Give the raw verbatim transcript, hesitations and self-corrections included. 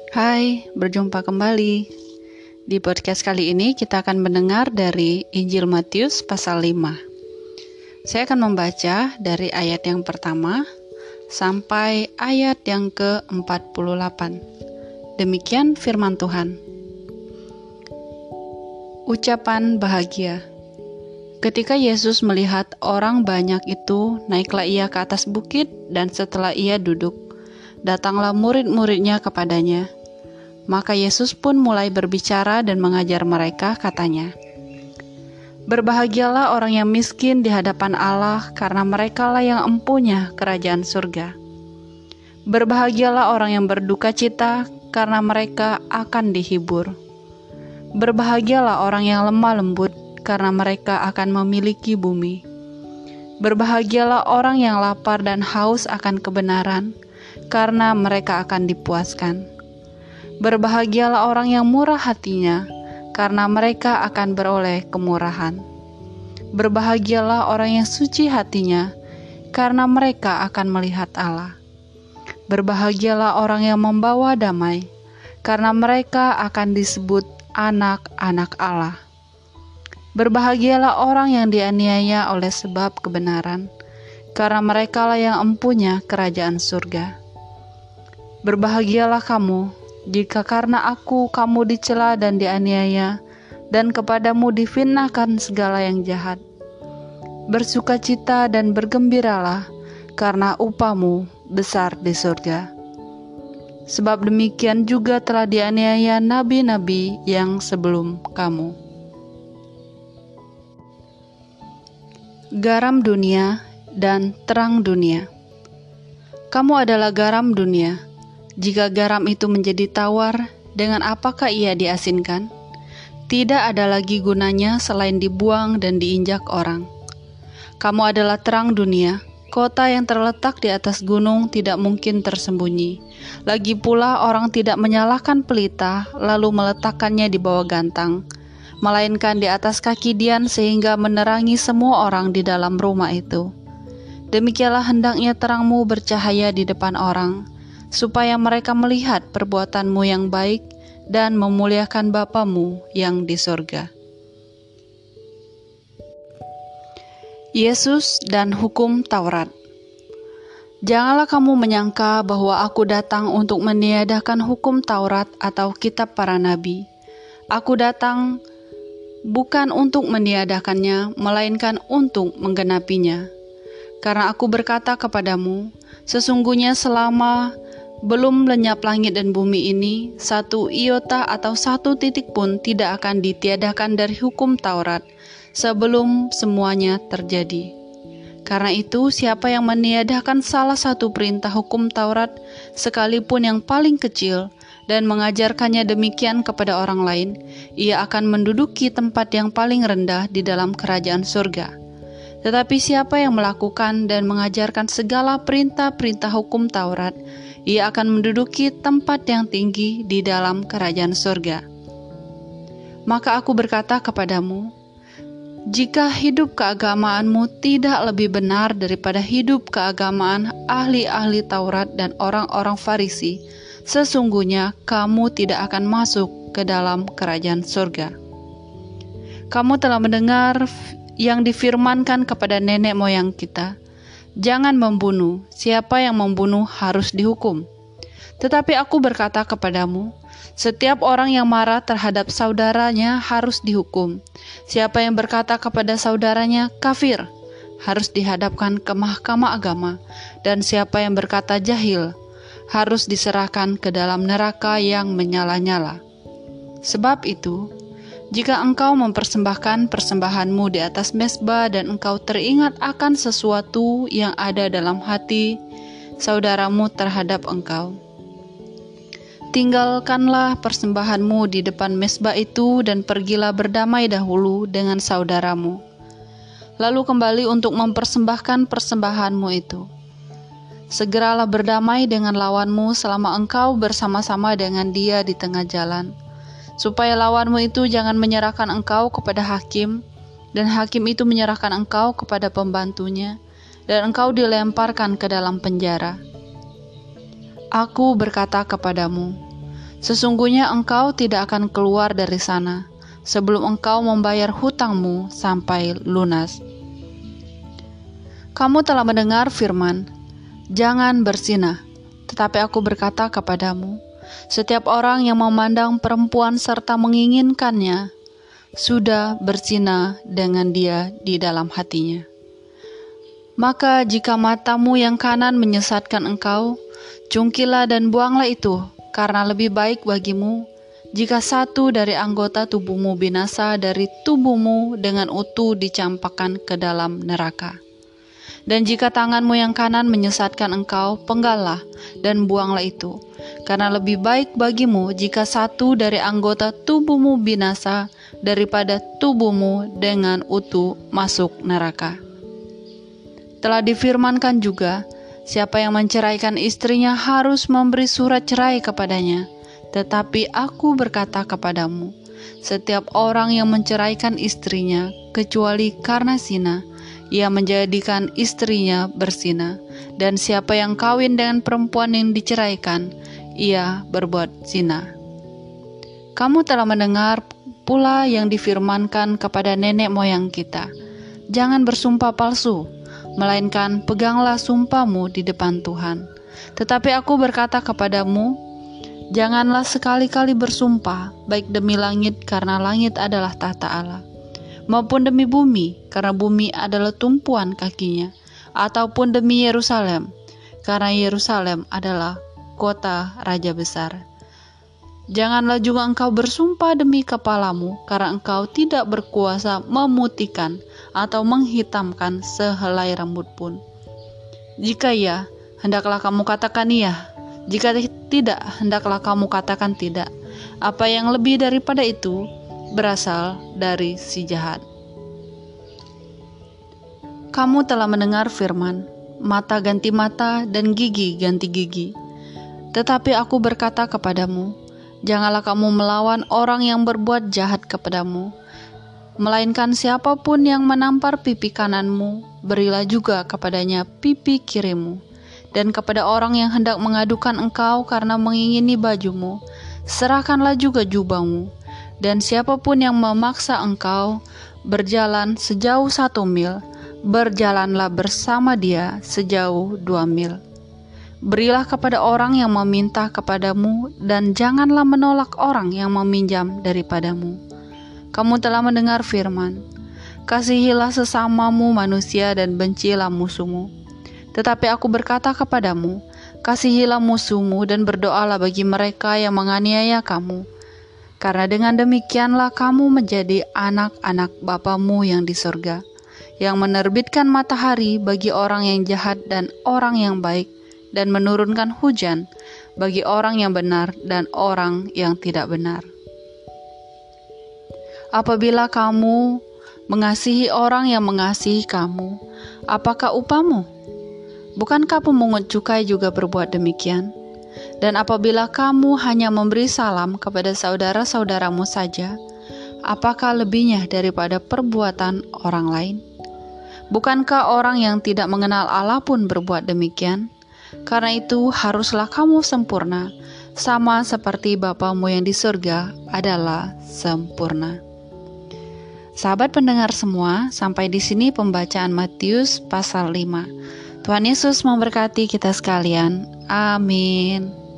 Hai, berjumpa kembali. Di podcast kali ini kita akan mendengar dari Injil Matius pasal lima. Saya akan membaca dari ayat yang pertama sampai ayat yang ke empat puluh delapan. Demikian firman Tuhan. Ucapan bahagia. Ketika Yesus melihat orang banyak itu, naiklah ia ke atas bukit, dan setelah ia duduk, datanglah murid-muridnya kepadanya. Maka Yesus pun mulai berbicara dan mengajar mereka, katanya, "Berbahagialah orang yang miskin di hadapan Allah, karena merekalah yang empunya kerajaan surga. Berbahagialah orang yang berduka cita, karena mereka akan dihibur. Berbahagialah orang yang lemah lembut, karena mereka akan memiliki bumi. Berbahagialah orang yang lapar dan haus akan kebenaran, karena mereka akan dipuaskan. Berbahagialah orang yang murah hatinya, karena mereka akan beroleh kemurahan. Berbahagialah orang yang suci hatinya, karena mereka akan melihat Allah. Berbahagialah orang yang membawa damai, karena mereka akan disebut anak-anak Allah. Berbahagialah orang yang dianiaya oleh sebab kebenaran, karena merekalah yang empunya kerajaan surga. Berbahagialah kamu, jika karena aku kamu dicela dan dianiaya, dan kepadamu difitnahkan segala yang jahat. Bersukacita dan bergembiralah, karena upahmu besar di surga. Sebab demikian juga telah dianiaya nabi-nabi yang sebelum kamu." Garam dunia dan terang dunia. Kamu adalah garam dunia. Jika garam itu menjadi tawar, dengan apakah ia diasinkan? Tidak ada lagi gunanya selain dibuang dan diinjak orang. Kamu adalah terang dunia. Kota yang terletak di atas gunung tidak mungkin tersembunyi. Lagi pula orang tidak menyalakan pelita lalu meletakkannya di bawah gantang, melainkan di atas kaki dian sehingga menerangi semua orang di dalam rumah itu. Demikianlah hendaknya terangmu bercahaya di depan orang, supaya mereka melihat perbuatanmu yang baik dan memuliakan Bapamu yang di surga. Yesus dan hukum Taurat. Janganlah kamu menyangka bahwa aku datang untuk meniadakan hukum Taurat atau kitab para nabi. Aku datang bukan untuk meniadakannya, melainkan untuk menggenapinya. Karena aku berkata kepadamu, sesungguhnya selama belum lenyap langit dan bumi ini, satu iota atau satu titik pun tidak akan ditiadakan dari hukum Taurat sebelum semuanya terjadi. Karena itu, siapa yang meniadakan salah satu perintah hukum Taurat, sekalipun yang paling kecil, dan mengajarkannya demikian kepada orang lain, ia akan menduduki tempat yang paling rendah di dalam kerajaan surga. Tetapi siapa yang melakukan dan mengajarkan segala perintah-perintah hukum Taurat, ia akan menduduki tempat yang tinggi di dalam kerajaan surga. Maka aku berkata kepadamu, jika hidup keagamaanmu tidak lebih benar daripada hidup keagamaan ahli-ahli Taurat dan orang-orang Farisi, sesungguhnya kamu tidak akan masuk ke dalam kerajaan surga. Kamu telah mendengar yang difirmankan kepada nenek moyang kita, jangan membunuh, siapa yang membunuh harus dihukum. Tetapi aku berkata kepadamu, setiap orang yang marah terhadap saudaranya harus dihukum. Siapa yang berkata kepada saudaranya kafir, harus dihadapkan ke mahkamah agama. Dan siapa yang berkata jahil, harus diserahkan ke dalam neraka yang menyala-nyala. Sebab itu, jika engkau mempersembahkan persembahanmu di atas mezbah dan engkau teringat akan sesuatu yang ada dalam hati saudaramu terhadap engkau, tinggalkanlah persembahanmu di depan mezbah itu dan pergilah berdamai dahulu dengan saudaramu. Lalu kembali untuk mempersembahkan persembahanmu itu. Segeralah berdamai dengan lawanmu selama engkau bersama-sama dengan dia di tengah jalan, supaya lawanmu itu jangan menyerahkan engkau kepada hakim, dan hakim itu menyerahkan engkau kepada pembantunya, dan engkau dilemparkan ke dalam penjara. Aku berkata kepadamu, Sesungguhnya engkau tidak akan keluar dari sana sebelum engkau membayar hutangmu sampai lunas. Kamu telah mendengar firman, jangan berzina. Tetapi aku berkata kepadamu, setiap orang yang memandang perempuan serta menginginkannya, sudah berzina dengan dia di dalam hatinya. Maka jika matamu yang kanan menyesatkan engkau, cungkilah dan buanglah itu, karena lebih baik bagimu jika satu dari anggota tubuhmu binasa dari tubuhmu dengan utuh dicampakkan ke dalam neraka. Dan jika tanganmu yang kanan menyesatkan engkau, penggallah dan buanglah itu, karena lebih baik bagimu jika satu dari anggota tubuhmu binasa daripada tubuhmu dengan utuh masuk neraka. Telah difirmankan juga, siapa yang menceraikan istrinya harus memberi surat cerai kepadanya. Tetapi aku berkata kepadamu, setiap orang yang menceraikan istrinya, kecuali karena zina, ia menjadikan istrinya berzina, dan siapa yang kawin dengan perempuan yang diceraikan, ia berbuat zina. Kamu telah mendengar pula yang difirmankan kepada nenek moyang kita, jangan bersumpah palsu, melainkan peganglah sumpahmu di depan Tuhan. Tetapi aku berkata kepadamu, janganlah sekali-kali bersumpah, baik demi langit karena langit adalah tahta Allah, maupun demi bumi, karena bumi adalah tumpuan kakinya, ataupun demi Yerusalem, karena Yerusalem adalah kota Raja besar. Janganlah juga engkau bersumpah demi kepalamu, karena engkau tidak berkuasa memutihkan atau menghitamkan sehelai rambut pun. Jika ya, hendaklah kamu katakan iya, jika tidak, hendaklah kamu katakan tidak. Apa yang lebih daripada itu berasal dari si jahat. Kamu telah mendengar firman, mata ganti mata dan gigi ganti gigi. Tetapi aku berkata kepadamu, janganlah kamu melawan orang yang berbuat jahat kepadamu, melainkan siapapun yang menampar pipi kananmu, berilah juga kepadanya pipi kirimu. Dan kepada orang yang hendak mengadukan engkau karena mengingini bajumu, serahkanlah juga jubahmu. Dan siapapun yang memaksa engkau berjalan sejauh satu mil, berjalanlah bersama dia sejauh dua mil. Berilah kepada orang yang meminta kepadamu, dan janganlah menolak orang yang meminjam daripadamu. Kamu telah mendengar firman, kasihilah sesamamu manusia dan bencilah musuhmu. Tetapi aku berkata kepadamu, kasihilah musuhmu dan berdoalah bagi mereka yang menganiaya kamu. Karena dengan demikianlah kamu menjadi anak-anak Bapamu yang di surga, yang menerbitkan matahari bagi orang yang jahat dan orang yang baik, dan menurunkan hujan bagi orang yang benar dan orang yang tidak benar. Apabila kamu mengasihi orang yang mengasihi kamu, apakah upahmu? Bukankah pemungut cukai juga berbuat demikian? Dan apabila kamu hanya memberi salam kepada saudara-saudaramu saja, apakah lebihnya daripada perbuatan orang lain? Bukankah orang yang tidak mengenal Allah pun berbuat demikian? Karena itu haruslah kamu sempurna, sama seperti Bapamu yang di surga adalah sempurna. Sahabat pendengar semua, sampai di sini pembacaan Matius pasal lima. Tuhan Yesus memberkati kita sekalian. Amin.